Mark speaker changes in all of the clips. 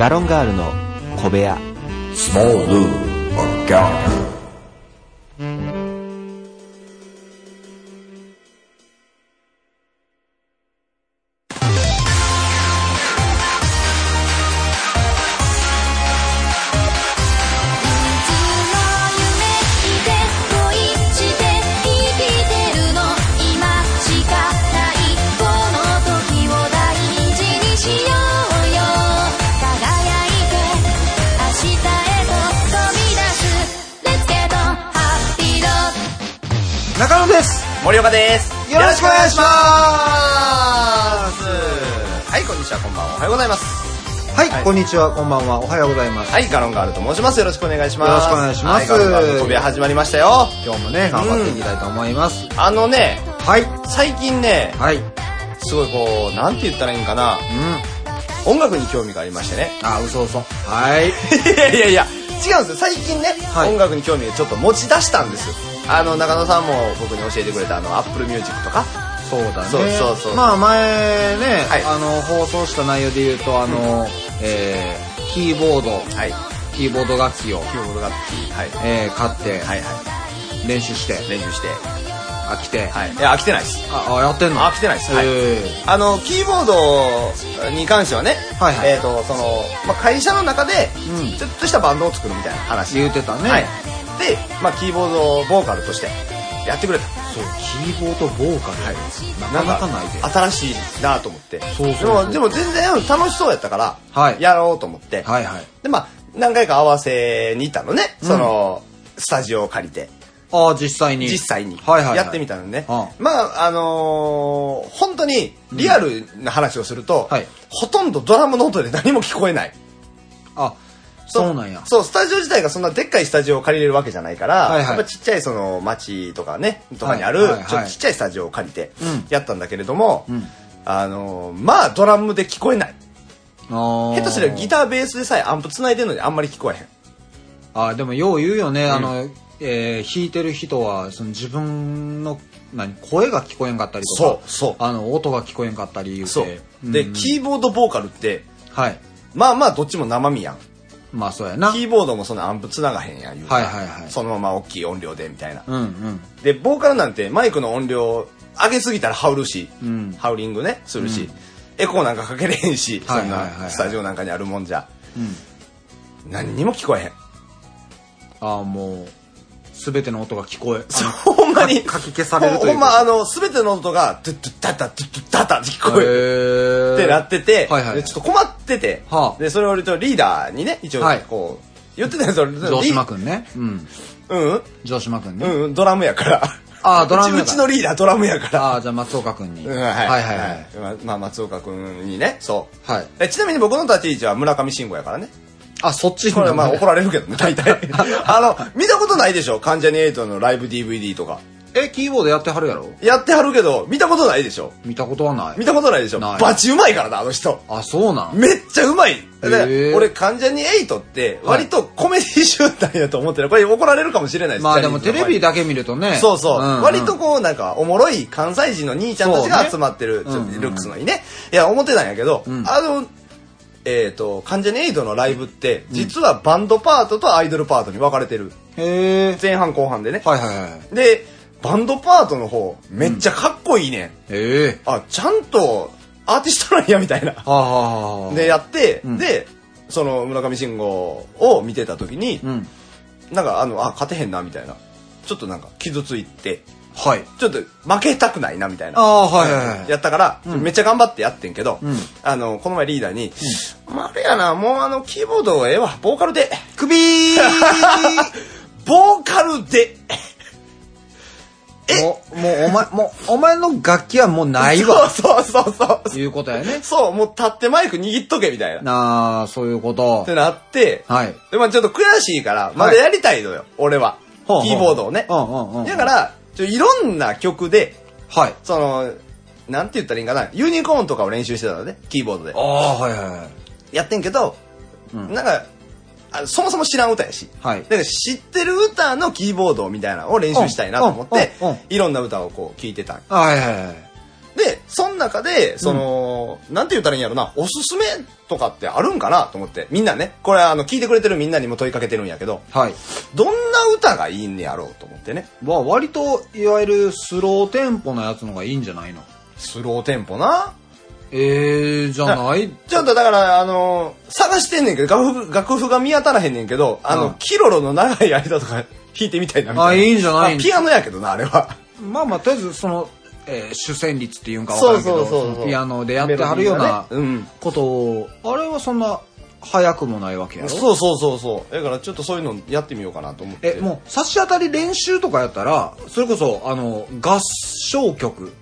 Speaker 1: ガロンガールの小部屋。
Speaker 2: Small Lou or Gallagher。
Speaker 1: 中野です。
Speaker 3: 森岡です。
Speaker 1: よろしくお願いします。
Speaker 3: はい、こんにちは、こんばんは、おはようございます。
Speaker 1: はい、こんにちは、こんばんは、おはようございます。
Speaker 3: はい、ガロンガールと申します。よろしくお願いします。
Speaker 1: よろしくお願いします。
Speaker 3: はい、ガロンガールの飛び始まりましたよ。
Speaker 1: 今日もね、頑張っていきたいと思います。
Speaker 3: はい、最近ね、
Speaker 1: はい、
Speaker 3: すごいこう、なんて言ったらいいんかな、音楽に興味がありましてね。
Speaker 1: あ、嘘。はい。
Speaker 3: いや、違うんですよ。最近ね、音楽に興味をちょっと持ち出したんです。中野さんも僕に教えてくれたApple Music とか。
Speaker 1: そうだね。
Speaker 3: そう。
Speaker 1: まあ前ね、放送した内容で言うとキーボード楽器を買って練習して飽きて。
Speaker 3: いや、飽きてないです。
Speaker 1: やってんの？
Speaker 3: 飽きてないです。キーボードに関してはね、会社の中でちょっとしたバンドを作るみたいな話
Speaker 1: 言うてたね。
Speaker 3: で、キーボードボーカルとしてやってくれた。
Speaker 1: そう、キーボードボーカル、なかなかないで。
Speaker 3: 新しいなと思って。
Speaker 1: そう
Speaker 3: でも全然楽しそうやったから、やろうと思って。で、何回か合わせに行ったのね、スタジオを借りて。実際にやってみたのね。本当にリアルな話をすると、ほとんどドラムの音で何も聞こえない。
Speaker 1: そうなんや。
Speaker 3: そう、スタジオ自体がそんなでっかいスタジオを借りれるわけじゃないから、やっぱちっちゃい町とかね、とかにある、ちょっとちっちゃいスタジオを借りてやったんだけれども、ドラムで聞こえない。下手すればギターベースでさえアンプ繋いでるのにあんまり聞こえへん。
Speaker 1: でもよう言うよね、弾いてる人は自分の声が聞こえんかったりとか、音が聞こえんかったり言うて。
Speaker 3: で、キーボードボーカルって、どっちも生身やん。
Speaker 1: そうやな。
Speaker 3: キーボードもそのアンプ繋がへんやん言うたら、そのまま大きい音量でみたいな。で、ボーカルなんてマイクの音量上げすぎたらハウるし、ハウリングねするし、エコーなんかかけれへんし、そんなスタジオなんかにあるもんじゃ、何にも聞こえへん。
Speaker 1: もう全ての音が聞こえ、
Speaker 3: ほんまに
Speaker 1: かき消されるという。
Speaker 3: ほんま全ての音がドゥッドゥッダダドゥッドゥッダダって聞こえるってなってて、でちょっと困ってて、でそれをリーダーにね一応こう言ってたんですよ。
Speaker 1: 城島くんね。城島くんね。
Speaker 3: ドラムやから。
Speaker 1: ドラムやから。
Speaker 3: うちのリーダードラムやから。
Speaker 1: じゃあ松岡くんに。
Speaker 3: 松岡くんにね、そう。ちなみに僕の立ち位置は村上信五やからね。
Speaker 1: そっち
Speaker 3: これ怒られるけどね、大体。見たことないでしょ、関ジャニ∞のライブ DVD とか。
Speaker 1: キーボードやってはるやろ？
Speaker 3: やってはるけど、見たことないでしょ？
Speaker 1: 見たことはない。
Speaker 3: 見たことないでしょ？バチうまいからな、あの人。
Speaker 1: そうなん？
Speaker 3: めっちゃうまい。俺、関ジャニ∞って割とコメディ集団やと思ってる。これ怒られるかもしれないです。
Speaker 1: でもテレビだけ見るとね。
Speaker 3: そう。割とこうなんかおもろい関西人の兄ちゃんたちが集まってる、ルックスのいいね。いや、思ってたんやけど、関ジャニ∞のライブって実はバンドパートとアイドルパートに分かれてる。前半後半でね。でバンドパートの方めっちゃかっこいいねん。ちゃんとアーティストなんやみたいな。でやって、でその村上信五を見てた時に、なんか勝てへんなみたいな、ちょっとなんか傷ついて。ちょっと負けたくないなみたいなやったから、めっちゃ頑張ってやってんけど、この前リーダーに「あれやな、もうキーボードええわ、ボーカルで
Speaker 1: クビー
Speaker 3: ボーカルで
Speaker 1: もうお前の楽器はもうないわ。
Speaker 3: そう
Speaker 1: いうことやね。
Speaker 3: そう、もう立ってマイク握っとけみたいな。
Speaker 1: そういうこと
Speaker 3: ってなって、でちょっと悔しいからまだやりたいのよ、俺はキーボードをね。だからいろんな曲で、なんて言ったらいいんかな、ユニコーンとかを練習してたのね、キーボードで。やってんけど、なんかそもそも知らん歌やし、だから知ってる歌のキーボードみたいなのを練習したいなと思って、いろんな歌をこう聴いてた。 で、その中で、なんて言ったらいいんやろな、おすすめとかってあるんかなと思って、みんなね、これ聞いてくれてるみんなにも問いかけてるんやけど、
Speaker 1: はい。
Speaker 3: どんな歌がいいんやろうと思ってね。
Speaker 1: 割と、いわゆるスローテンポのやつのがいいんじゃないの？
Speaker 3: スローテンポな。
Speaker 1: じゃない？
Speaker 3: ちょっとだから、探してんねんけど、楽譜が見当たらへんねんけど、キロロの長い間とか弾いてみたいなみたいな。
Speaker 1: あ、いいんじゃない？
Speaker 3: ピアノやけどな、あれは。
Speaker 1: まあまあ、とりあえず、主旋律っていうんか分からんけど、ピアノでやってはるようなことを、あれはそんな早くもないわけやろ？
Speaker 3: そう。だからちょっとそういうのやってみようかなと思って。
Speaker 1: もう差し当たり練習とかやったら、それこそ、合唱曲。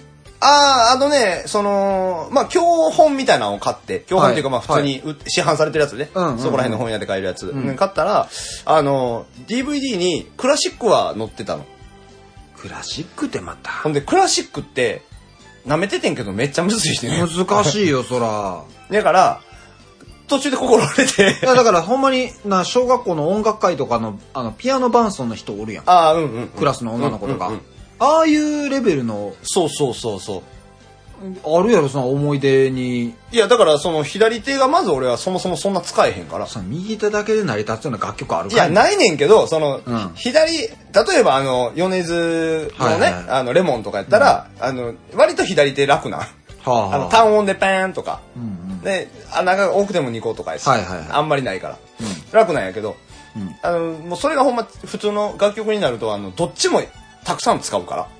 Speaker 3: まあ、教本みたいなのを買って、教本っていうかまあ普通に市販されてるやつね。そこら辺の本屋で買えるやつ。買ったら、DVD にクラシックは載ってたの。
Speaker 1: クラシックってまた。
Speaker 3: ほんで、クラシックって、舐めててんけどめっちゃむずいしてね。
Speaker 1: 難しいよ、そら。
Speaker 3: だから、途中で心折れて。
Speaker 1: だからほんまに、小学校の音楽会とかの、ピアノ伴奏の人おるやん。クラスの女の子とか。ああいうレベルの。
Speaker 3: そう。
Speaker 1: あるやろ、その思い出に。
Speaker 3: いや、だから左手がまず俺はそもそもそんな使えへんから。
Speaker 1: 右手だけで成り立つような楽曲あるか
Speaker 3: ら。いや、ないねんけど、左、例えば米津のね、レモンとかやったら、割と左手楽な。単音でパーンとか。で、穴が多くても2個とかやし。あんまりないから。楽なんやけど、もうそれがほんま普通の楽曲になると、どっちもたくさん使うから。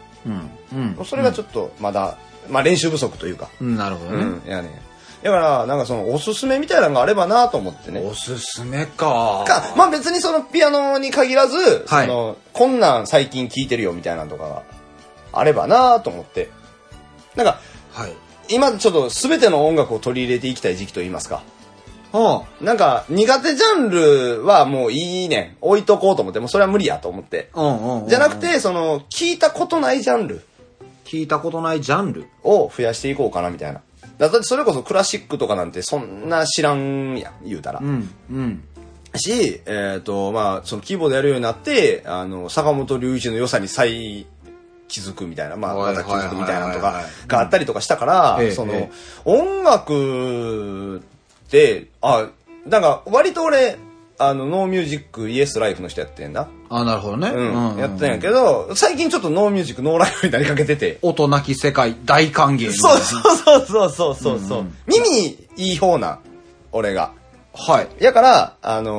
Speaker 3: それがちょっとまだ、まあ練習不足というか。
Speaker 1: なるほどね。
Speaker 3: いやね。だから、なんかおすすめみたいなのがあればなと思ってね。
Speaker 1: おすすめか。
Speaker 3: まあ別にピアノに限らず、こんなん最近聴いてるよみたいなのとかがあればなと思って。なんか、今ちょっと全ての音楽を取り入れていきたい時期と言いますか。なんか苦手ジャンルはもういいねん。置いとこうと思って、もうそれは無理やと思って。じゃなくて、聞いたことないジャンル。
Speaker 1: 聞いたことないジャンル
Speaker 3: を増やしていこうかなみたいな。だってそれこそクラシックとかなんてそんな知らんやん、言うたら。し、まあ、キーボードやるようになって、坂本龍一の良さに再気づくみたいな、まあ、また気づくみたいなのとかがあったりとかしたから、音楽って、なんか割と俺、ノーミュージックイエスライフの人やってんだ。
Speaker 1: なるほどね。
Speaker 3: やってんやけど、最近ちょっとノーミュージックノーライフになりかけてて。
Speaker 1: 音なき世界大歓迎。
Speaker 3: そう。耳いい方な、俺が。やから、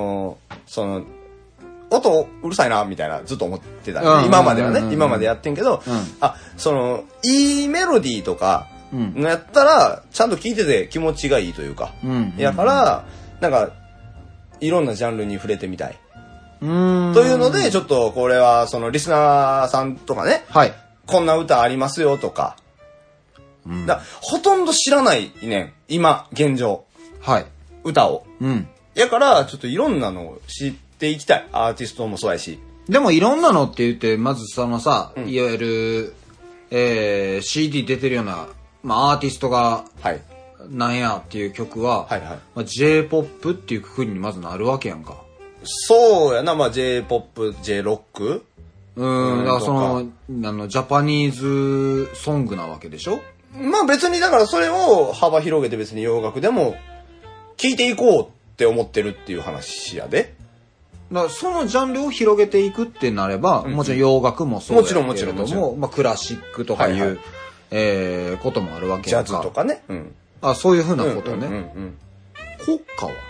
Speaker 3: 音うるさいな、みたいな、ずっと思ってた。今まではね、今までやってんけど、いいメロディーとか、やったら、ちゃんと聴いてて気持ちがいいというか。やから、なんか、いろんなジャンルに触れてみたい。というので、ちょっとこれは、リスナーさんとかね、こんな歌ありますよとか、ほとんど知らないねん、今、現状。歌を。やから、ちょっといろんなのを知っていきたい。アーティストもそうやし。
Speaker 1: でもいろんなのって言って、まずいわゆる、CD 出てるような、まあ、アーティストが、なんやっていう曲は、J-POP っていうくくりにまずなるわけやんか。
Speaker 3: そうやな、まあ J-POP、J-ROCK？
Speaker 1: だからジャパニーズソングなわけでしょ？
Speaker 3: まあ別にだからそれを幅広げて別に洋楽でも聴いていこうって思ってるっていう話やで。
Speaker 1: だからそのジャンルを広げていくってなれば、もちろん洋楽もそうだけれども、
Speaker 3: もちろん、
Speaker 1: まあクラシックとかいう、こともあるわけやんか。
Speaker 3: ジャズとかね。
Speaker 1: そういうふうなことね。国歌は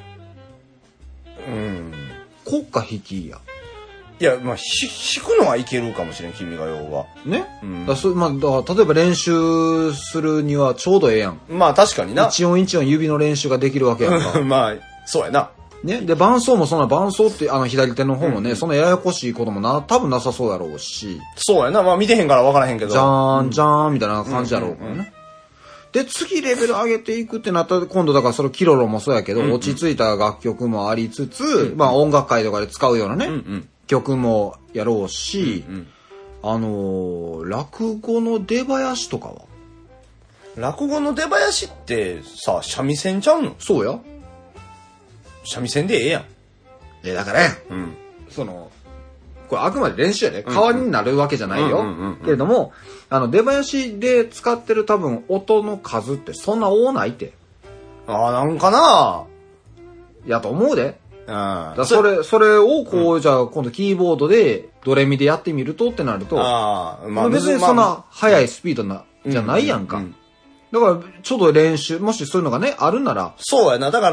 Speaker 1: 国歌弾きや。
Speaker 3: いや、まあ、弾くのはいけるかもしれん、君が代は。
Speaker 1: ね。まあ、例えば練習するにはちょうどええやん。
Speaker 3: まあ、確かにな。
Speaker 1: 一音一音指の練習ができるわけやんか。
Speaker 3: まあ、そうやな。
Speaker 1: ね。で、伴奏も伴奏って、左手の方もね、そんなややこしいことも多分なさそうやろうし。
Speaker 3: そうやな。まあ、見てへんから分からへんけど。
Speaker 1: じゃーん、じゃーん、みたいな感じやろうからね。で、次レベル上げていくってなったら、今度だからキロロもそうやけど、落ち着いた楽曲もありつつ、まあ音楽会とかで使うようなね、曲もやろうし、落語の出囃子とかは？
Speaker 3: 落語の出囃子ってさ、三味線ちゃうの？
Speaker 1: そうや。
Speaker 3: 三味線でええやん。
Speaker 1: だからやん。 これあくまで練習やね。代わりになるわけじゃないよ。けれども、出囃子で使ってる多分音の数ってそんな多ないって。
Speaker 3: ああ、なんかな
Speaker 1: やと思うで。
Speaker 3: だ
Speaker 1: それをこう、じゃあ今度キーボードでドレミでやってみるとってなると、別にそんな速いスピードじゃないやんか。だから、ちょっと練習、もしそういうのがね、あるなら。
Speaker 3: そうやな。だから、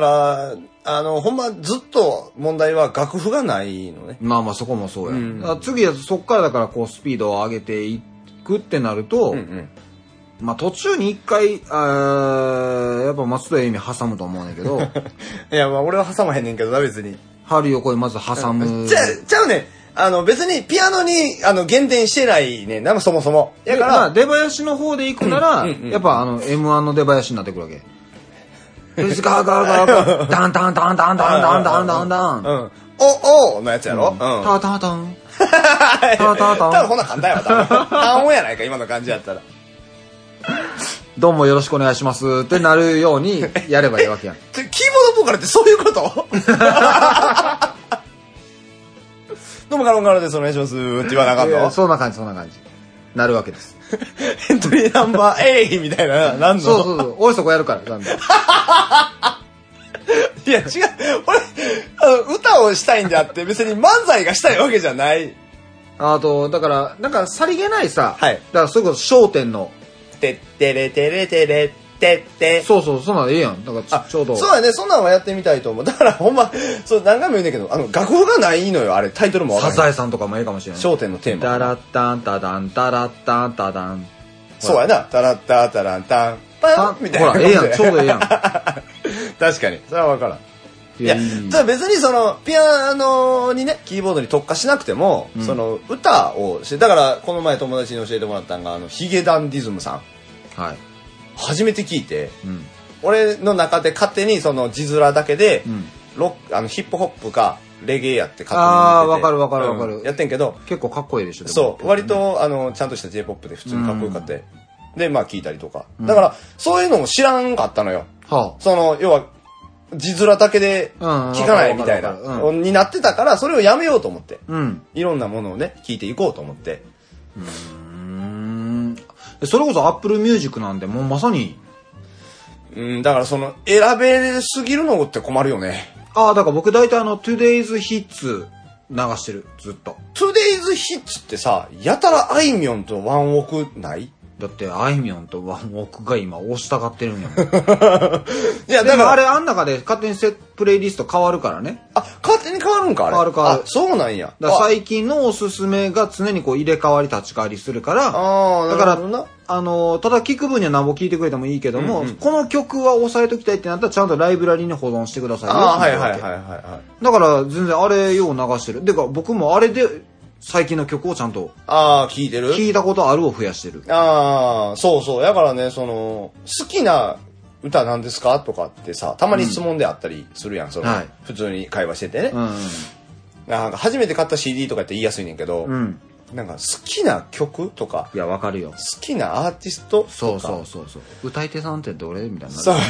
Speaker 3: ほんまずっと問題は楽譜がないのね。
Speaker 1: まあまあそこもそうや。次はそっからだからこうスピードを上げていくってなると、まあ途中に一回、やっぱ松任谷由実挟むと思うねんけど。
Speaker 3: いや、まあ俺は挟まへんねんけどな、別に。
Speaker 1: 春横にまず挟む。
Speaker 3: ちゃうねん。別にピアノに、減点してないねんな、そもそも。
Speaker 1: だから、出囃子の方で行くなら、やっぱM1 の出囃子になってくるわけ。ガーガーガーガー、ダンダンダンダンダンダンダンダンダン。
Speaker 3: おのやつやろ
Speaker 1: タタタン。
Speaker 3: タタタン。多分ほんな簡単やわ、多分。単音やないか、今の感じやったら。
Speaker 1: どうもよろしくお願いしますってなるようにやればいいわけやん。
Speaker 3: キーボードボーカルってそういうことどうもカロンカロです、お願いしますって言わなあかんの？
Speaker 1: そんな感じ。なるわけです。
Speaker 3: エントリーナンバー A みたいな、なんの？
Speaker 1: そう。おいそこやるから、なんだ。
Speaker 3: いや、違う。俺、歌をしたいんであって、別に漫才がしたいわけじゃない。
Speaker 1: だから、なんか、さりげないさ、
Speaker 3: はい。
Speaker 1: だから、それこそ、笑点の、
Speaker 3: てってれてれてれってって。
Speaker 1: そう、そんなのええやん。だから、ちょうど。
Speaker 3: そうやね、そんなのはやってみたいと思う。だから、ほんま、何回も言うんだけど、楽譜がないのよ、あれ、タイトルもわかんない。
Speaker 1: サザエさんとかもええかもしれない。
Speaker 3: 笑点のテーマ。
Speaker 1: タラッタンタダン、タラッタンタダン。
Speaker 3: そうやな、タラッタタランタン、パンみたいな。
Speaker 1: ほら、ええやん、ちょうどええやん。
Speaker 3: 確かに、それはわからん。いや、別にピアノにね、キーボードに特化しなくても、歌をして、だから、この前友達に教えてもらったのが、ヒゲダンディズムさん。はい。初めて聞いて、俺の中で勝手に字面だけで、ヒップホップか、レゲエやって勝手に
Speaker 1: 思ってて。わかる。
Speaker 3: やってんけど、
Speaker 1: 結構かっこいいでしょ、
Speaker 3: そう、割と、ちゃんとした J-POP で普通にかっこよかった。で、まあ聞いたりとか。だから、そういうのも知らんかったのよ。要は、字面だけで聞かないみたいな、になってたから、それをやめようと思って。いろんなものをね、聞いていこうと思って。
Speaker 1: それこそ Apple Music なんで、もうまさに。
Speaker 3: だから選べすぎるのって困るよね。
Speaker 1: だから僕大体Today's Hits 流してる、ずっと。
Speaker 3: Today's Hits ってさ、やたらあいみょんとワンオクない？
Speaker 1: だってあいみょんとワンオクが今押したがってるんやもん。
Speaker 3: いや、
Speaker 1: だからあれあん中で勝手にプレイリスト変わるからね。
Speaker 3: 勝手に変わるんかあれ。
Speaker 1: 変わる。
Speaker 3: そうなんや。
Speaker 1: だから最近のおすすめが常にこう入れ替わり立ち替わりするから、だからただ聞く分には何ぼ聞いてくれてもいいけども、この曲は押さえときたいってなったらちゃんとライブラリに保存してくださいよ。
Speaker 3: はい。
Speaker 1: だから全然あれよう流してる。でか僕もあれで最近の曲をちゃんと
Speaker 3: 聞いてる？
Speaker 1: 聞いたことあるを増やしてる。
Speaker 3: そう。だからね、好きな歌なんですかとかってさ、たまに質問であったりするやん、普通に会話しててね。なんか初めて買った CD とかって言いやすいねんけど、なんか好きな曲とか。
Speaker 1: いや、わかるよ。
Speaker 3: 好きなアーティストとか。
Speaker 1: そう。歌い手さんってどれみたいな。
Speaker 3: そう。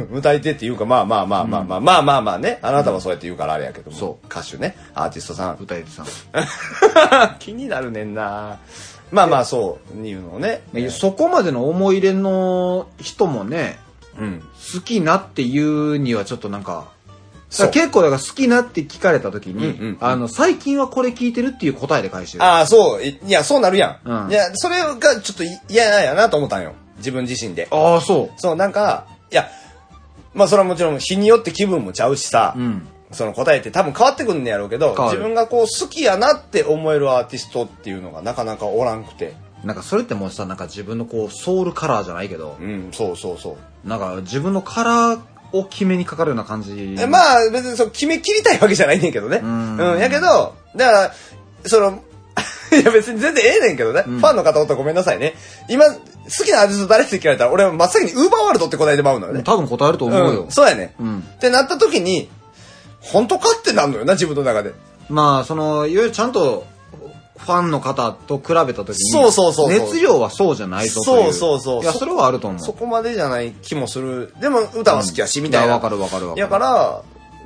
Speaker 3: 歌い手っていうか、まあね。あなたはそうやって言うからあれやけども。そう。歌手ね。アーティストさん。
Speaker 1: 歌い手さん。
Speaker 3: 気になるねんな。まあそういうのをね。
Speaker 1: そこまでの思い入れの人もね、好きなっていうにはちょっとなんか、結構だから好きなって聞かれた時に、最近はこれ聞いてるっていう答えで返してる。
Speaker 3: そう。いや、そうなるやん。いや、それがちょっと嫌やなと思ったんよ。自分自身で。
Speaker 1: そう。
Speaker 3: そう、なんか、いや、まあそれはもちろん日によって気分もちゃうしさ、その答えって多分変わってくんねやろうけど、自分がこう好きやなって思えるアーティストっていうのがなかなかおらんくて。
Speaker 1: なんかそれってもうさ、なんか自分のこうソウルカラーじゃないけど。
Speaker 3: そう。なん
Speaker 1: か自分のカラーを決めにかかるような感じ。
Speaker 3: まあ別に決め切りたいわけじゃないねんけどね。やけど、だから、いや別に全然ええねんけどね。ファンの方おったらごめんなさいね。今、好きなアーティスト誰って聞かれたら、俺は真っ先にウーバーワールドって答えてまうのよね。
Speaker 1: 多分答えると思うよ。
Speaker 3: そうやね。ってなった時に、本当かってなんのよな、自分の中で。
Speaker 1: まあ、いわゆるちゃんと、ファンの方と比べた時に、
Speaker 3: そう。
Speaker 1: 熱量はそうじゃないぞという。
Speaker 3: そう。
Speaker 1: いや、それはあると思う。
Speaker 3: そこまでじゃない気もする。でも、歌は好きやし、みたいな。
Speaker 1: わかる。
Speaker 3: だから、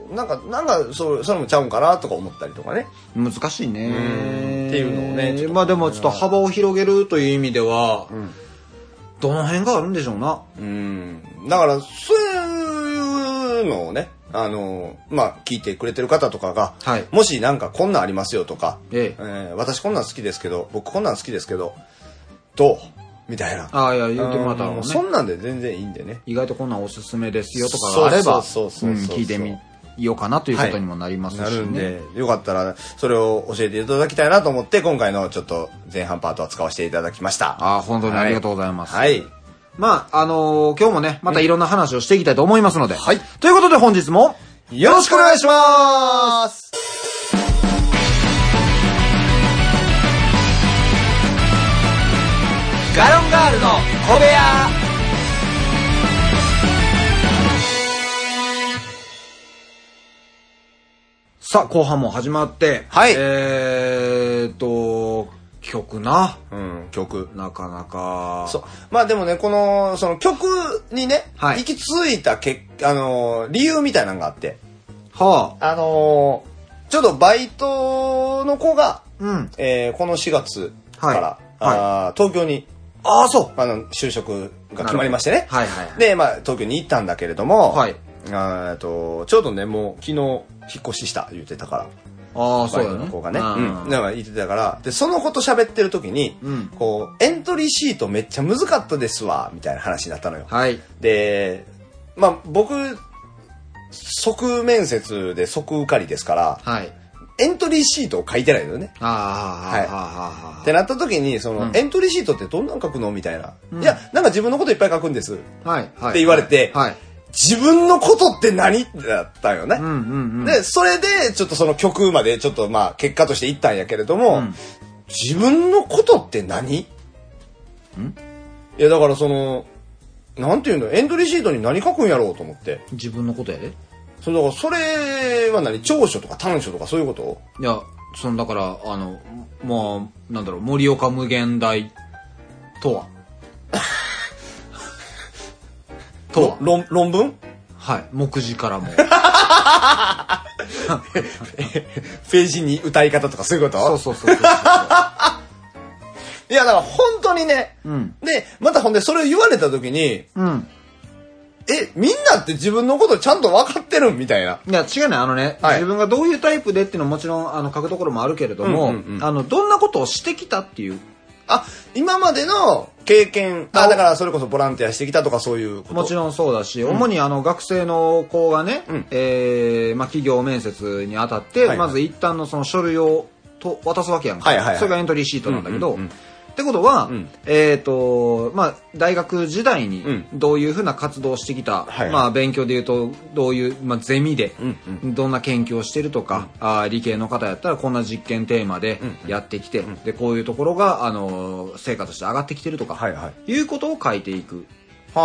Speaker 3: なんかそれもちゃうんかなとか思ったりとかね。
Speaker 1: 難しいね。
Speaker 3: っていうのをね。
Speaker 1: まあでもちょっと幅を広げるという意味では、どの辺があるんでしょうな。
Speaker 3: だから、そういうのをね、まあ、聞いてくれてる方とかが、もしなんかこんなんありますよとか、私こんなん好きですけど、僕こんなん好きですけど、どうみたいな。
Speaker 1: いや、言ってもらったらもうね。
Speaker 3: そんなんで全然いいんでね。
Speaker 1: 意外とこんなんおすすめですよとかがあれば、聞いてみようかなということにもなりますしね。なるんで、
Speaker 3: よかったらそれを教えていただきたいなと思って、今回のちょっと前半パートは使わせていただきました。
Speaker 1: 本当にありがとうございます。はい。まあ、今日もね、またいろんな話をしていきたいと思いますので。はい。ということで本日も、
Speaker 3: よろしくお願いします。
Speaker 1: ガロンガールの小部屋。さあ、後半も始まって。
Speaker 3: はい。
Speaker 1: 曲な。
Speaker 3: 曲。
Speaker 1: なかなか。
Speaker 3: そう。まあでもね、その曲にね、行き着いた理由みたいなのがあって。ちょうどバイトの子が、この4月から、東京に、就職が決まりましてね。で、まあ、東京に行ったんだけれども、ちょうどね、もう昨日引っ越しした言ってたから。バイトの子がね。だから言ってたから、で、その子と喋ってる時に、エントリーシートめっちゃ難かったですわ、みたいな話になったのよ。で、まあ、僕、即面接で即受かりですから、エントリーシートを書いてないのよね。ってなった時に、エントリーシートってどんなん書くのみたいな。いや、なんか自分のこといっぱい書くんです。って言われて、自分のことって何ってなったよね。で、それで、ちょっとその曲までちょっとまあ、結果として行ったんやけれども、自分のことって何？いや、だからなんていうの、エントリーシートに何書くんやろうと思って。
Speaker 1: 自分のことやで。
Speaker 3: だからそれは長所とか短所とかそういうこと？
Speaker 1: いや、だから、もう、なんだろう、盛岡無限大とは
Speaker 3: 論文？
Speaker 1: はい。目次からも。
Speaker 3: ページに歌い方とかそういうこと？
Speaker 1: そう。
Speaker 3: いや、だから本当にね。で、またほんでそれを言われた時に、みんなって自分のことちゃんと分かってるみたいな。
Speaker 1: いや、違うね。自分がどういうタイプでっていうのはもちろん、書くところもあるけれども、どんなことをしてきたっていう。
Speaker 3: 今までの経験、だからそれこそボランティアしてきたとかそういうこと。
Speaker 1: もちろんそうだし、主に学生の子がね、まあ企業面接にあたって、まず一旦のその書類を渡すわけやんか。それがエントリーシートなんだけど、ってことは、まあ、大学時代にどういうふうな活動をしてきた、まあ、勉強でいうと、どういう、まあ、ゼミで、どんな研究をしてるとか、理系の方やったらこんな実験テーマでやってきて、で、こういうところが、成果として上がってきてるとか、いうことを書いていく。
Speaker 3: そ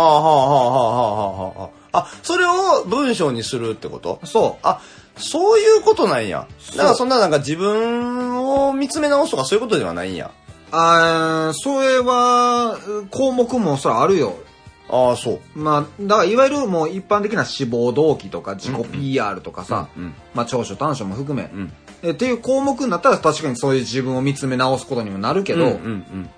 Speaker 3: れを文章にするってこと？
Speaker 1: そう。
Speaker 3: そういうことなんや。だからそんななんか自分を見つめ直すとかそういうことではないんや。
Speaker 1: それは、項目もそれあるよ。
Speaker 3: そう。
Speaker 1: まあ、だからいわゆるもう一般的な志望動機とか自己 PR とかさ、まあ長所短所も含め、っていう項目になったら確かにそういう自分を見つめ直すことにもなるけど、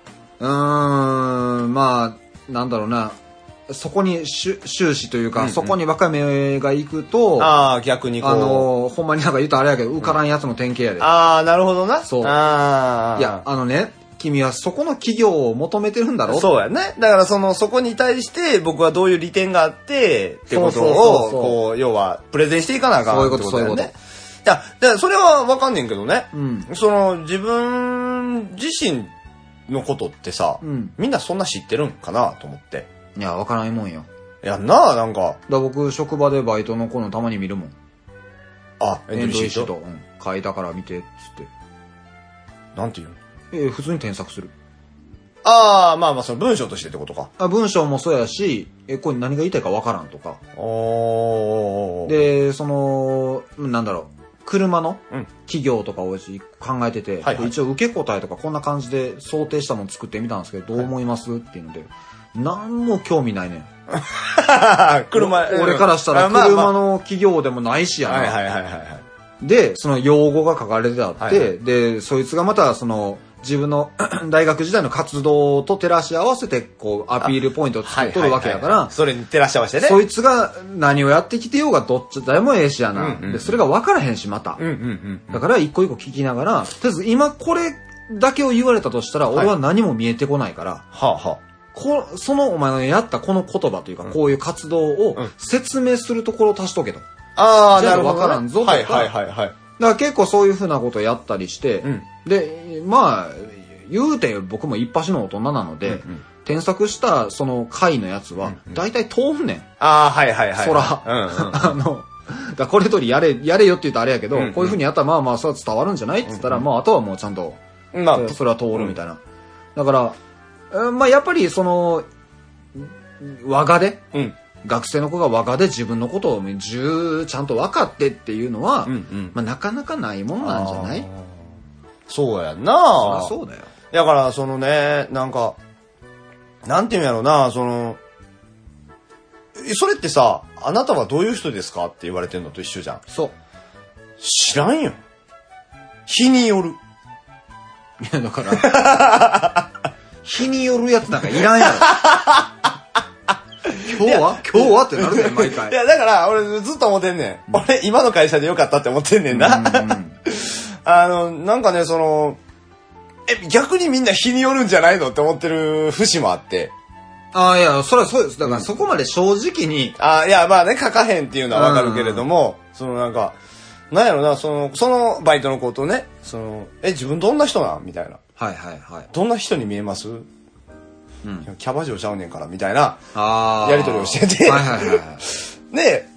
Speaker 1: まあ、なんだろうな、そこに終始というか、そこにばかり目が行くと、
Speaker 3: 逆にこ
Speaker 1: う。ほんまになんか言うとあれやけど、受からんやつの典型やで。
Speaker 3: なるほどな。
Speaker 1: そう。いや、君はそこの企業を求めてるんだろ？
Speaker 3: そうやね。だからそこに対して僕はどういう利点があって、ってことを、こう、要は、プレゼンしていかなあかんってことだよね。いや、それはわかんねんけどね。自分自身のことってさ、みんなそんな知ってるんかなと思って。
Speaker 1: いや、わからないもんよ。
Speaker 3: やんな、なんか。
Speaker 1: 僕、職場でバイトの子のたまに見るもん。
Speaker 3: エントリーシート。
Speaker 1: 書いたから見て、つって。
Speaker 3: なんて言うの？
Speaker 1: 普通に添削する。
Speaker 3: まあ、その文章としてってことか。
Speaker 1: 文章もそうやし、これ何が言いたいかわからんとか。で、なんだろう、車の企業とかを考えてて、一応受け答えとかこんな感じで想定したのを作ってみたんですけど、どう思いますっていうので、 何も興味ないねん。
Speaker 3: 車、
Speaker 1: 俺からしたら車の企業でもないしやな。
Speaker 3: はいはいはいはい。
Speaker 1: で、その用語が書かれてあって、で、そいつがまたその、自分の大学時代の活動と照らし合わせて、こう、アピールポイントを作っとるわけやから、
Speaker 3: それに照らし合わせてね。
Speaker 1: そいつが何をやってきてようがどっちでもええしやな。で、それが分からへんし、また。だから一個一個聞きながら、とりあえず今これだけを言われたとしたら、俺は何も見えてこないから、そのお前のやったこの言葉というか、こういう活動を説明するところを足しとけと。
Speaker 3: ああ、
Speaker 1: なるほど。分からんぞとか。
Speaker 3: はいはいはいはい。
Speaker 1: だから結構そういうふうなことをやったりして、で、まあ、言うて僕も一発の大人なので、添削したその回のやつは、大体通んねん。
Speaker 3: ああ、はいはいはい。
Speaker 1: そら、だこれ通りやれよって言うとあれやけど、こういうふうにやったらまあまあそれは伝わるんじゃないって言ったら、まああとはもうちゃんと、それは通るみたいな。だから、まあやっぱりその、我がで、学生の子が我がで自分のことをちゃんと分かってっていうのは、まあなかなかないもんなんじゃない？
Speaker 3: そうやんな。
Speaker 1: そうだよ。
Speaker 3: だからそのね、なんか、なんていうんやろな、その、それってさ、あなたはどういう人ですかって言われてんのと一緒じゃん。
Speaker 1: そう。
Speaker 3: 知らんよ。日による。
Speaker 1: いやだから、日によるやつなんかいらんやろ。今日はってなるねん、毎回。
Speaker 3: いや、だから、俺ずっと思ってんねん。俺、今の会社でよかったって思ってんねんな。なんかね、その、逆にみんな日によるんじゃないのって思ってる節もあって。
Speaker 1: ああ、いや、それはそうです。だからそこまで正直に。
Speaker 3: いや、まあね、書かへんっていうのはわかるけれども、そのなんか、なんやろな、そのバイトの子とね、その、自分どんな人なんみたいな。
Speaker 1: はいはいはい。
Speaker 3: どんな人に見えます？キャバ嬢ちゃうねんから、みたいな、
Speaker 1: や
Speaker 3: りとりをしてて。で、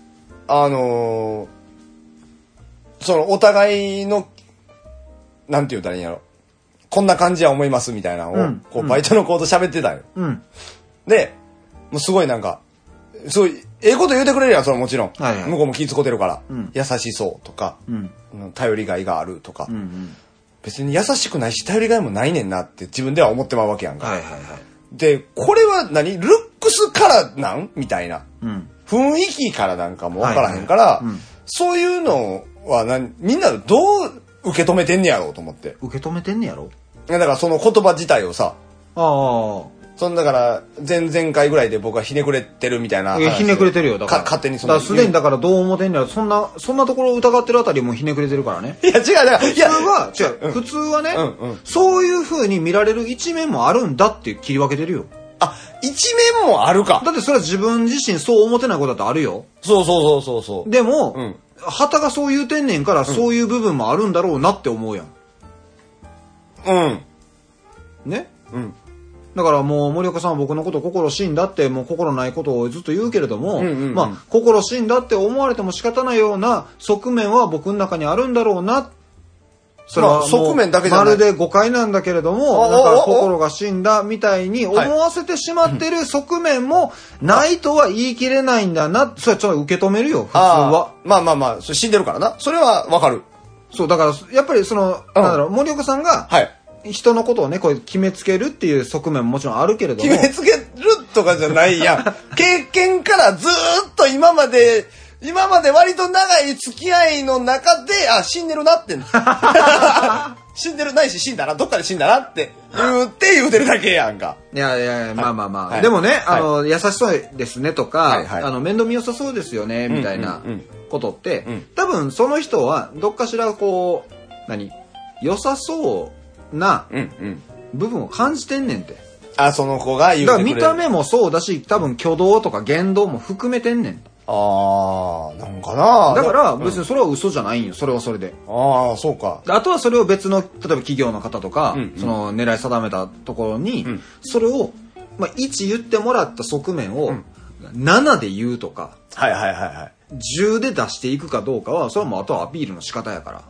Speaker 3: その、お互いの、なんて言うたらいいんやろ。こんな感じは思いますみたいなのを、こう、バイトの子と喋ってたよ。で、もうすごいなんか、すごい、ええこと言うてくれるやん、それもちろん。向こうも気遣ってるから。優しそうとか、頼りがいがあるとか。別に優しくないし、頼りがいもないねんなって自分では思ってまうわけやんか。で、これはルックスからなんみたいな。雰囲気からなんかもわからへんから、そういうのはみんなどう受け止めてんねやろうと思って。
Speaker 1: 受け止めてんねやろ？
Speaker 3: だからその言葉自体をさ、だから前々回ぐらいで僕はひねくれてるみたいな話。
Speaker 1: ひねくれてるよ。だから
Speaker 3: 勝手に
Speaker 1: その。すでにだからどう思ってんねやろ。そんなところを疑ってるあたりもひねくれてるからね。
Speaker 3: いや違う、だから
Speaker 1: 普通はね、そういう風に見られる一面もあるんだって切り分けてるよ。
Speaker 3: 一面もあるか。
Speaker 1: だってそれは自分自身そう思ってないことだってあるよ。
Speaker 3: そう。
Speaker 1: でも、旗がそう言うてんねんから、そういう部分もあるんだろうなって思うやん。ね？だからもう森岡さんは僕のこと心死んだってもう心ないことをずっと言うけれども、まあ心死んだって思われても仕方ないような側面は僕の中にあるんだろうな。それは側面だけじゃない。まるで誤解なんだけれども、なんか心が死んだみたいに思わせてしまってる側面もないとは言い切れないんだな。それはちょっと受け止めるよ、普通は。
Speaker 3: まあ、死んでるからな。それはわかる。
Speaker 1: そう、だからやっぱりその、なんだろう、森岡さんが、人のことをね、こう決めつけるっていう側面ももちろんあるけれども。
Speaker 3: 決めつけるとかじゃないやん。経験からずーっと今まで割と長い付き合いの中で、死んでるなって。死んでるないし死んだな、どっかで死んだなって言うてるだけやんか。
Speaker 1: いや、まあ。でもね、優しそうですねとか、面倒見良さそうですよね、みたいなことって、多分その人はどっかしらこう、良さそうな部分を感じてんねんて。
Speaker 3: その子が言うてくれる。
Speaker 1: だから見た目もそうだし、多分挙動とか言動も含めてんねん。
Speaker 3: なんかな。
Speaker 1: だから別にそれは嘘じゃないんよ。それはそれで。
Speaker 3: そうか。
Speaker 1: あとはそれを別の例えば企業の方とか、その狙い定めたところに、それを1言ってもらった側面を7で言うとか、10で出していくかどうかはそれはもうあとはアピールの仕方やから。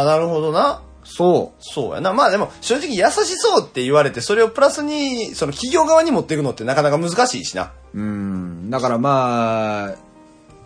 Speaker 3: なるほどな。そうやな。まあでも正直優しそうって言われてそれをプラスにその企業側に持っていくのってなかなか難しいしな。
Speaker 1: だからまあ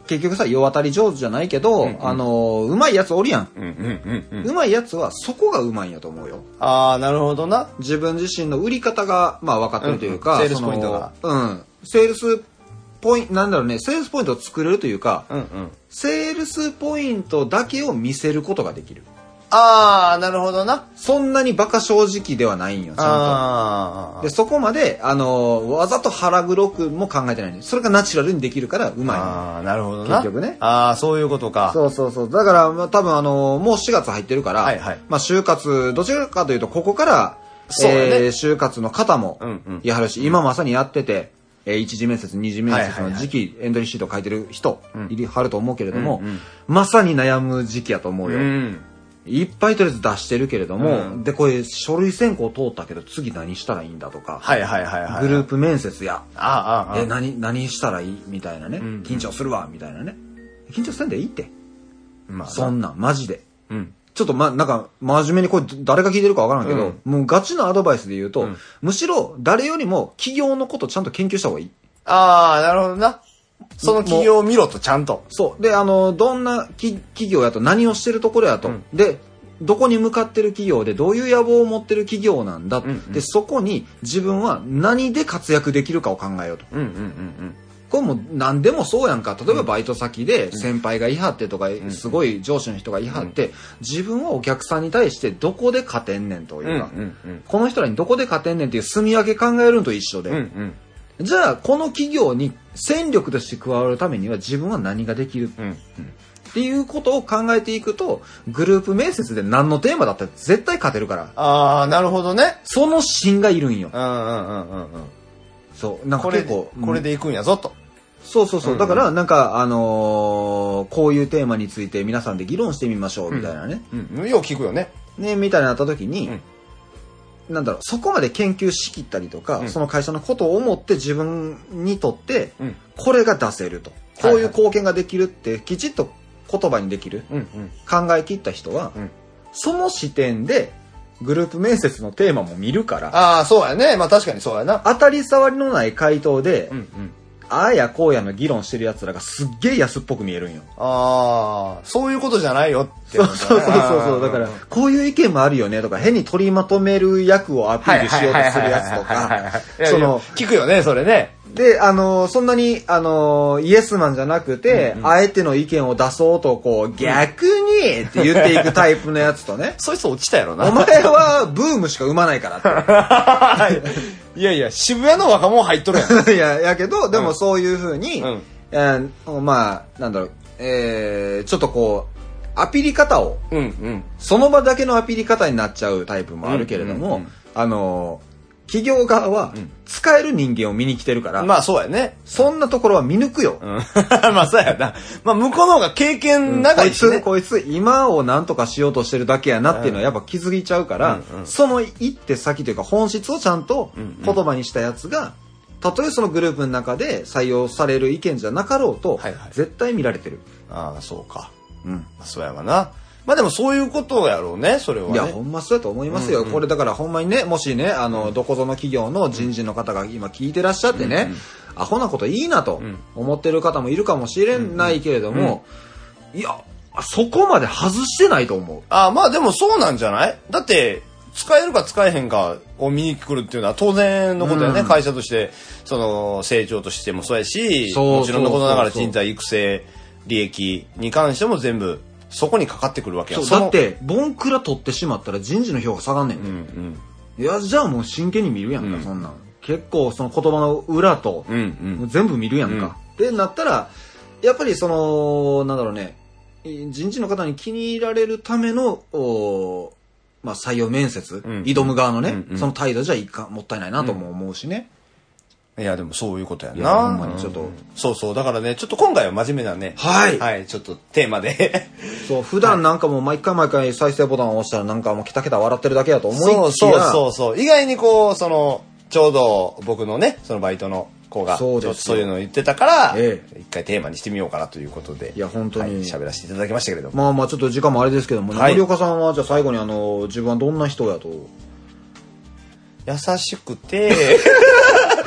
Speaker 1: 結局さ、世渡り上手じゃないけど、うまいやつおるやん。うまいやつはそこがうまいんやと思うよ。
Speaker 3: ああ、なるほどな。
Speaker 1: 自分自身の売り方が、まあ分かってるというか、
Speaker 3: セールスポイントが。
Speaker 1: セールスポイント、なんだろうね、セールスポイントを作れるというか、セールスポイントだけを見せることができる。
Speaker 3: ああ、なるほどな。
Speaker 1: そんなにバカ正直ではないんよ、ちゃんと。で、そこまで、わざと腹黒くも考えてないんで、それがナチュラルにできるから、うまい。
Speaker 3: ああ、なるほどな。
Speaker 1: 結局ね。
Speaker 3: ああ、そういうことか。
Speaker 1: そうそうそう。だから、多分もう4月入ってるから、まあ、就活、どちらかというと、ここから、就活の方も、やはるし、今まさにやってて、一次面接、二次面接の時期、エントリーシート書いてる人、いはると思うけれども、まさに悩む時期やと思うよ。いっぱいとりあえず出してるけれども、で、これ書類選考通ったけど次何したらいいんだとか、グループ面接や、何したらいいみたいなね、緊張するわ、みたいなね。緊張せんでいいって。そんなん、マジで。ちょっとなんか、真面目にこれ誰が聞いてるかわからんけど、もうガチのアドバイスで言うと、むしろ誰よりも企業のことちゃんと研究した方がいい。
Speaker 3: ああ、なるほどな。その企業を見ろと、ちゃんと。
Speaker 1: そう。で、どんな企業やと、何をしてるところやと。で、どこに向かってる企業で、どういう野望を持ってる企業なんだ。で、そこに自分は何で活躍できるかを考えようと。これも何でもそうやんか。例えばバイト先で先輩がいはってとか、すごい上司の人がいはって、自分はお客さんに対してどこで勝てんねんというか、この人らにどこで勝てんねんっていう住み分け考えるのと一緒で。じゃあ、この企業に戦力として加わるためには自分は何ができるっていうことを考えていくと、グループ面接で何のテーマだったら絶対勝てるから。
Speaker 3: ああ、なるほどね。
Speaker 1: その芯がいるんよ。そう。なんか結構。
Speaker 3: これでいくんやぞと。
Speaker 1: そうそうそう。だから、なんか、こういうテーマについて皆さんで議論してみましょう、みたいなね。
Speaker 3: よう聞くよね。
Speaker 1: ね、みたいになった時に、なんだろう、そこまで研究しきったりとか、その会社のことを思って自分にとって、これが出せると。こういう貢献ができるって、きちっと言葉にできる。考え切った人は、その視点で、グループ面接のテーマも見るから。
Speaker 3: ああ、そうやね。まあ確かにそうやな。
Speaker 1: 当たり障りのない回答で、ああやこうやの議論してる奴らがすっげえ安っぽく見えるんよ。
Speaker 3: ああ、そういうことじゃないよって。
Speaker 1: そう。だから、こういう意見もあるよねとか、変に取りまとめる役をアピールしようとするやつとか、
Speaker 3: 聞くよね、それね。
Speaker 1: で、そんなに、イエスマンじゃなくて、あえての意見を出そうと、こう、逆にって言っていくタイプのやつとね。
Speaker 3: そいつ落ちたやろな。
Speaker 1: お前はブームしか生まないからって。
Speaker 3: いやいや、渋谷の若者入っとるやん。
Speaker 1: いや、やけど、でもそういう風に、まあ、なんだろう、ちょっとこう、アピり方を、その場だけのアピり方になっちゃうタイプもあるけれども、企業側は使える人間を見に来てるから、
Speaker 3: まあそうやね。
Speaker 1: そんなところは見抜くよ。
Speaker 3: まあそうやな。まあ向こうの方が経験長いしね。
Speaker 1: こいつ今を何とかしようとしてるだけやなっていうのはやっぱ気づいちゃうから、その一手先というか本質をちゃんと言葉にしたやつが、たとえそのグループの中で採用される意見じゃなかろうと、絶対見られてる。
Speaker 3: ああ、そうか。そうやわな。まあでもそういうことやろうね、それはね。
Speaker 1: いや、ほんまそうやと思いますよ。これだからほんまにね、もしね、どこぞの企業の人事の方が今聞いてらっしゃってね、アホなこといいなと思ってる方もいるかもしれないけれども、いや、そこまで外してないと思う。
Speaker 3: あ、まあでもそうなんじゃない？だって、使えるか使えへんかを見に来るっていうのは当然のことやね。会社として、その、成長としてもそうやし、もちろんのことながら人材育成、利益に関しても全部、そこにかかってくるわけや。
Speaker 1: だって、ボンクラ取ってしまったら人事の評価下がんねん。いや、じゃあもう真剣に見るやんか、そんなん。結構その言葉の裏と、全部見るやんか。ってなったら、やっぱりその、なんだろうね、人事の方に気に入られるための、まあ採用面接、挑む側のね、その態度じゃもったいないなとも思うしね。
Speaker 3: いや、でもそういうことやな。ほんまにちょっと。そう。だからね、ちょっと今回は真面目なね。はい、ちょっとテーマで。
Speaker 1: そう、普段なんかもう毎回再生ボタンを押したらなんかもうキタキタ笑ってるだけだと思いきや。
Speaker 3: そう。意外にこう、その、ちょうど僕のね、そのバイトの子が、そういうのを言ってたから、一回テーマにしてみようかなということで。
Speaker 1: いや、本当に。
Speaker 3: 喋らせていただきましたけれども。
Speaker 1: まあちょっと時間もあれですけども、森岡さんはじゃあ最後に自分はどんな人やと。
Speaker 3: 優しくて、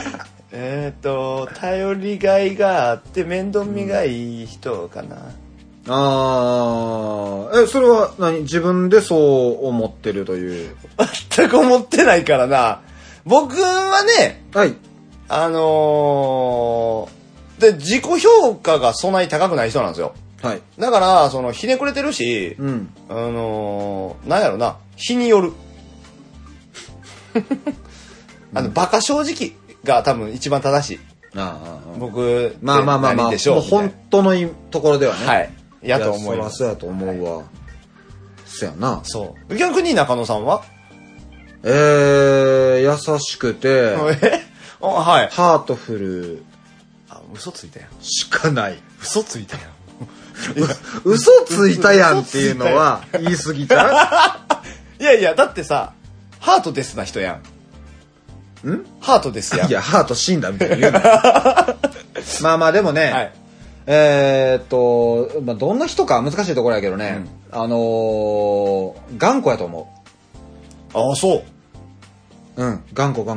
Speaker 3: 頼りがいがあって面倒見がいい人かな。
Speaker 1: それは自分でそう思ってるという。
Speaker 3: 全く思ってないからな。僕はね、
Speaker 1: はい。
Speaker 3: で、自己評価がそんなに高くない人なんですよ。
Speaker 1: はい。
Speaker 3: だから、ひねくれてるし、なんやろな、日による。バカ正直が多分一番正しい。僕、
Speaker 1: まあ、もう本当のところではね。
Speaker 3: はい。やと思います。
Speaker 1: そうやと思うわ。そやな。
Speaker 3: そう。逆に中野さんは
Speaker 1: 優しくて、
Speaker 3: はい。
Speaker 1: ハートフル。
Speaker 3: 嘘ついたやん。
Speaker 1: しかない。
Speaker 3: 嘘ついたやん。
Speaker 1: 嘘ついたやんっていうのは言い過ぎちゃ
Speaker 3: う？いや、だってさ、ハートですな人やん。ハートですやん。
Speaker 1: いや、ハート死んだみたいな言うな。まあでもね、はい、どんな人か難しいところやけどね、頑固やと思
Speaker 3: う。ああ、そう。
Speaker 1: 頑固。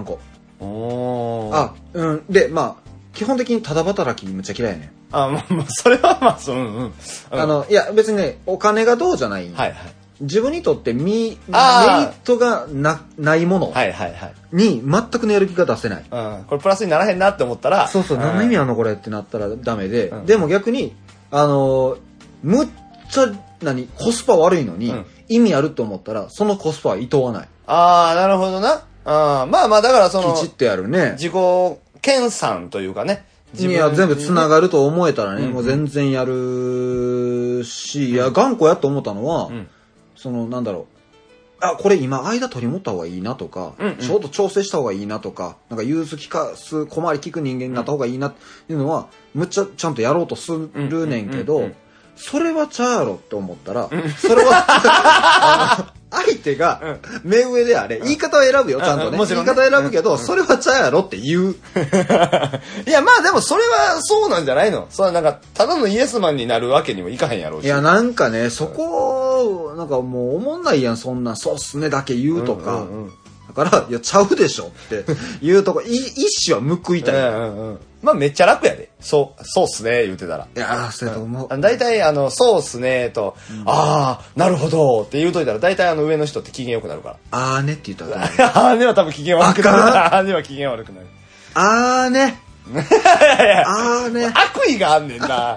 Speaker 1: で、基本的にただ働きむっちゃ嫌いやねん。
Speaker 3: それは
Speaker 1: いや、別にね、お金がどうじゃないん。はいはい。自分にとってメリットがないものに全くのやる気が出せない。
Speaker 3: これプラスにならへんなって思ったら。
Speaker 1: そう、何の意味あんのこれってなったらダメで。でも逆に、むっちゃ、コスパ悪いのに、意味あると思ったら、そのコスパはいとわない。
Speaker 3: なるほどな。だから
Speaker 1: きちっとやるね。
Speaker 3: 自己研鑽というかね。
Speaker 1: いや、全部つながると思えたらね、もう全然やるし、いや、頑固やと思ったのは、なんだろう。これ今間取り持った方がいいなとか、ちょうど調整した方がいいなとか、融通聞かす、小回り聞く人間になった方がいいなっていうのは、むっちゃちゃんとやろうとするねんけど、それはちゃうやろって思ったら、それは、相手が目上であれ、言い方は選ぶよ、ちゃんとね。言い方は選ぶけど、それはちゃうやろって言う。
Speaker 3: いや、でもそれはそうなんじゃないの？ただのイエスマンになるわけにもいかへんやろうし。
Speaker 1: いや、そこ、もう思んないやん、そんな、そうっすねだけ言うとか。だから、いや、ちゃうでしょって言うとこ、一種は報いたい。
Speaker 3: めっちゃ楽やで。そうっすね、言うてたら。
Speaker 1: いやそうやと思う。
Speaker 3: 大体、そうっすね、と、なるほど、って言うといたら、大体上の人って機嫌良くなるから。
Speaker 1: ねって言ったら。
Speaker 3: ねは多分機嫌悪くなる。ねは機嫌悪くなる。
Speaker 1: ね。
Speaker 3: ね。悪意があんねんな。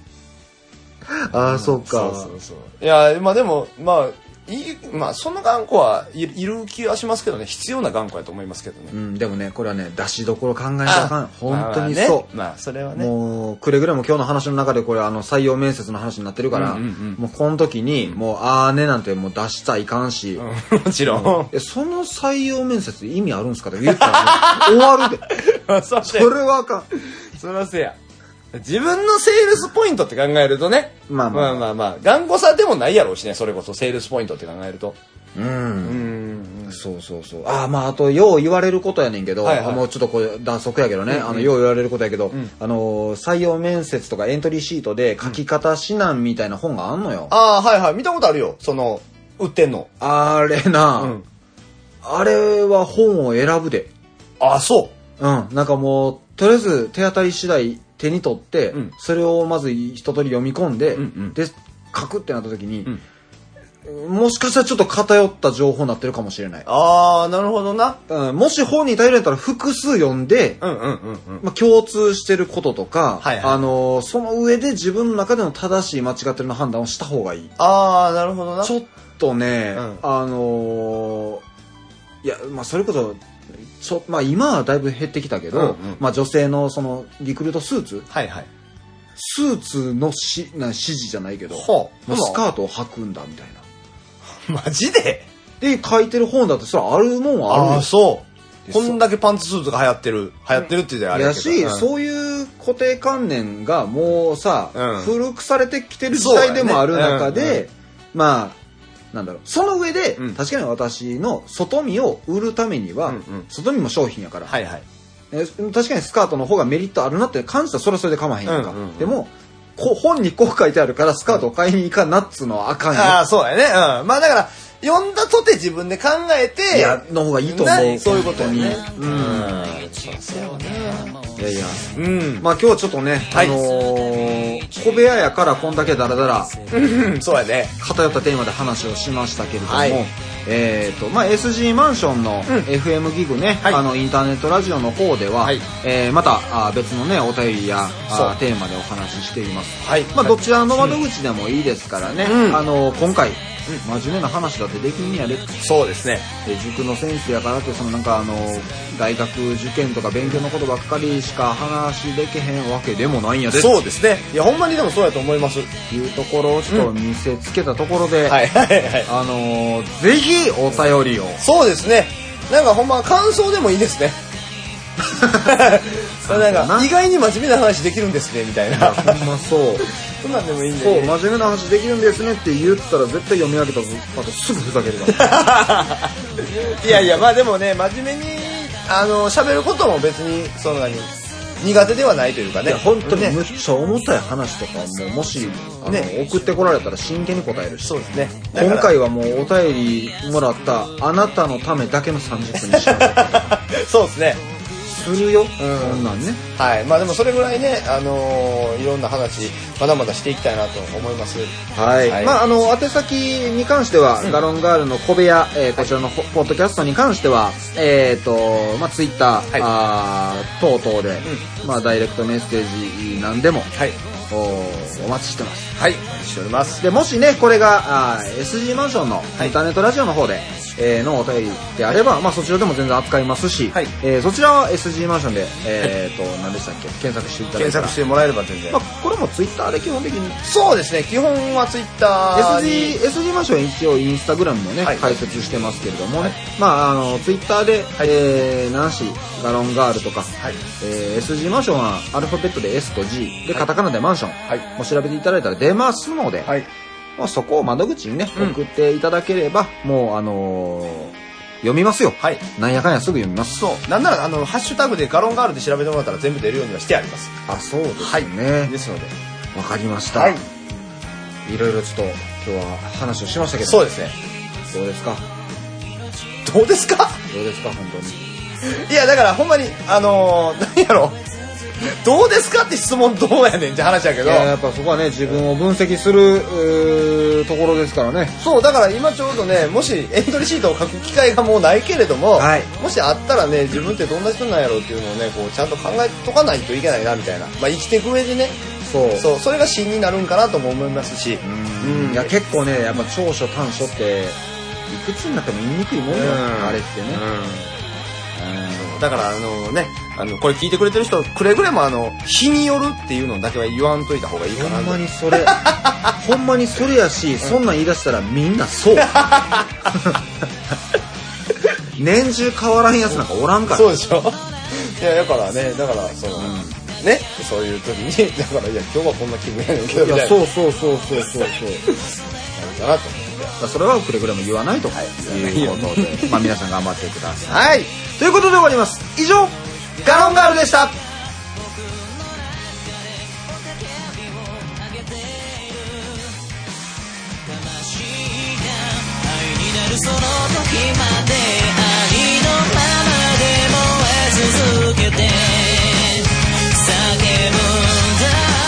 Speaker 1: そうか。
Speaker 3: そう。いや、でも、その頑固はいる気はしますけどね。必要な頑固やと思いますけどね。で
Speaker 1: もね、これはね、出しどころ考えなあかん。本当にそう。
Speaker 3: それはね。
Speaker 1: もう、くれぐれも今日の話の中でこれ採用面接の話になってるから、もうこの時に、もうねなんてもう出しちゃいかんし。
Speaker 3: もちろん。
Speaker 1: その採用面接意味あるんすかって言ったら終わるで。それはあかん。
Speaker 3: そらせや。自分のセールスポイントって考えるとね。頑固さでもないやろうしね、それこそセールスポイントって考えると。そう。
Speaker 1: あと、よう言われることやねんけど、もうちょっとこれ、脱足やけどね、よう言われることやけど、採用面接とかエントリーシートで書き方指南みたいな本があんのよ。
Speaker 3: 見たことあるよ。売ってんの。
Speaker 1: あれな、あれは本を選ぶで。
Speaker 3: そう。
Speaker 1: もう、とりあえず手当たり次第、手に取って、それをまず一通り読み込んで、で書くってなった時に、もしかしたらちょっと偏った情報になってるかもしれない。
Speaker 3: なるほどな。
Speaker 1: もし本に頼れたら複数読んで、共通してることとか、その上で自分の中での正しい間違ってるの判断をした方がいい。
Speaker 3: なるほどな。
Speaker 1: ちょっとね、いや、それこそ、今はだいぶ減ってきたけど、女性のリクルートスーツ、スーツの指示じゃないけど、スカートを履くんだみたい
Speaker 3: な。マジで？
Speaker 1: で書いてる本だってそれあるもんはあるよ。
Speaker 3: そう。こんだけパンツスーツが流行ってるって言ってあれやけど。
Speaker 1: やし、そういう固定観念がもうさ、古くされてきてる時代でもある中で、その上で、確かに私の外見を売るためには、外見も商品やから、確かにスカートの方がメリットあるなって感じたらそれはそれで構わへんやんか。でも、本にこう書いてあるからスカートを買いに行かなっつうのはあかんよ。
Speaker 3: そうやね。だから、 読んだとて自分で考えて、
Speaker 1: いや、の方がいいと思う。
Speaker 3: そういうことやね。
Speaker 1: いやいや。まあ今日はちょっとね、小部屋やからこんだけダラダラ、
Speaker 3: そうやね。
Speaker 1: 偏ったテーマで話をしましたけれども、まあ SG マンションの FM ギグね、インターネットラジオの方では、また別のね、お便りやテーマでお話ししています。まあどちらの窓口でもいいですからね、今回、真面目な話だってできんやで。
Speaker 3: そうですね。
Speaker 1: 塾の先生やからって、そのなんか大学受験とか勉強のことばっかりしか話できへんわけでもないんやで。
Speaker 3: そうですね。いや、ほんまにでもそうやと思います。
Speaker 1: いうところをちょっと見せつけたところで、ぜひお便りを。
Speaker 3: そうですね。なんかほんま感想でもいいですね。なんか意外に真面目な話できるんですねみたいな。
Speaker 1: ほんまそう。
Speaker 3: そんなんでもいいんで。
Speaker 1: そう、真面目な話できるんですねって言ったら絶対読み上げたあとすぐふざけるから。
Speaker 3: いやいや、まあでもね、真面目に喋ることも別にそんなに苦手ではないというかね。
Speaker 1: 本当にむっちゃ重たい話とかもし送ってこられたら真剣に答えるし。
Speaker 3: そうですね。
Speaker 1: 今回はもうお便りもらったあなたのためだけの30分にしよう。
Speaker 3: そうですね。
Speaker 1: するよ、そんなんね。
Speaker 3: はい。まあでもそれぐらいね、いろんな話まだまだしていきたいなと思います。
Speaker 1: はい。まあ宛先に関しては、ガロンガールの小部屋、こちらのポッドキャストに関してはまあツイッター等々で、まあダイレクトメッセージなんでも、お待ちしてます。
Speaker 3: はい。お待ちしております。
Speaker 1: でもしねこれがSG マンションのインターネットラジオの方で、のお便りであれば、まあそちらでも全然扱いますし、そちらは SG マンションで何でしたっけ、検索していただいたら、
Speaker 3: 検索してもらえれば全然。
Speaker 1: まあこれもツイッターで基本的に。
Speaker 3: そうですね。基本はツイッターに。
Speaker 1: SG マンションは一応インスタグラムもね、解説してますけれどもね、まあツイッターでナンシーガロンガールとか、SG マンションはアルファベットで S と G でカタカナでマンションも調べていただいたら出ますので、まあそこを窓口にね送っていただければ、もう読みますよ。なんやかんやすぐ読みます。
Speaker 3: そう。なんならハッシュタグでガロンガールで調べてもらったら全部出るようにはしてあります。
Speaker 1: あ、そうですね。
Speaker 3: ですので。
Speaker 1: わかりました。いろいろちょっと今日は話をしましたけど。
Speaker 3: そうですね。
Speaker 1: どうですか？
Speaker 3: どうですか？
Speaker 1: どうですか本当に。
Speaker 3: いやだからほんまに何やろ。どうですかって質問どうやねんって話やけど。
Speaker 1: やっぱそこはね自分を分析するところですからね。
Speaker 3: そうだから今ちょうどね、もしエントリーシートを書く機会がもうないけれども、もしあったらね、自分ってどんな人なんやろうっていうのをねこうちゃんと考えとかないといけないなみたいな、まあ生きていく上でね、そうそれが芯になるんかなとも思いますし、
Speaker 1: いや結構ねやっぱ長所短所っていくつになっても言いにくいもんよ、あれってね。
Speaker 3: だからこれ聞いてくれてる人くれぐれも日によるっていうのだけは言わんといた方がいいかなと。
Speaker 1: ほんまにそれほんまにそれやし、そんなん言い出したらみんなそう年中変わらんやつなんかおらんから。
Speaker 3: そうでしょ。いやだからね、だからその、ね、そういう時にだからいや今日はこんな気分やねんけどみたいな。
Speaker 1: そうなるかなと思って、それはくれぐれも言わないということで、まあ皆さん頑張ってください。ということで終わります。以上ガロンガールでした。
Speaker 4: その時までありのままで燃え続けて叫ぶんだ。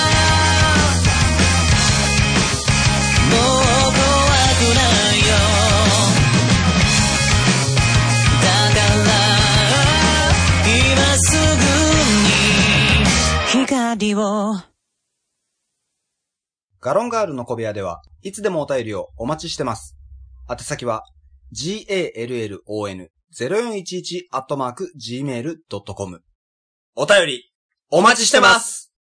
Speaker 4: もう怖くないよ。だから今すぐに光を。
Speaker 1: ガロンガールの小部屋ではいつでもお便りをお待ちしてます。宛先はgallon0411@gmail.com。
Speaker 3: お便りお待ちしてます。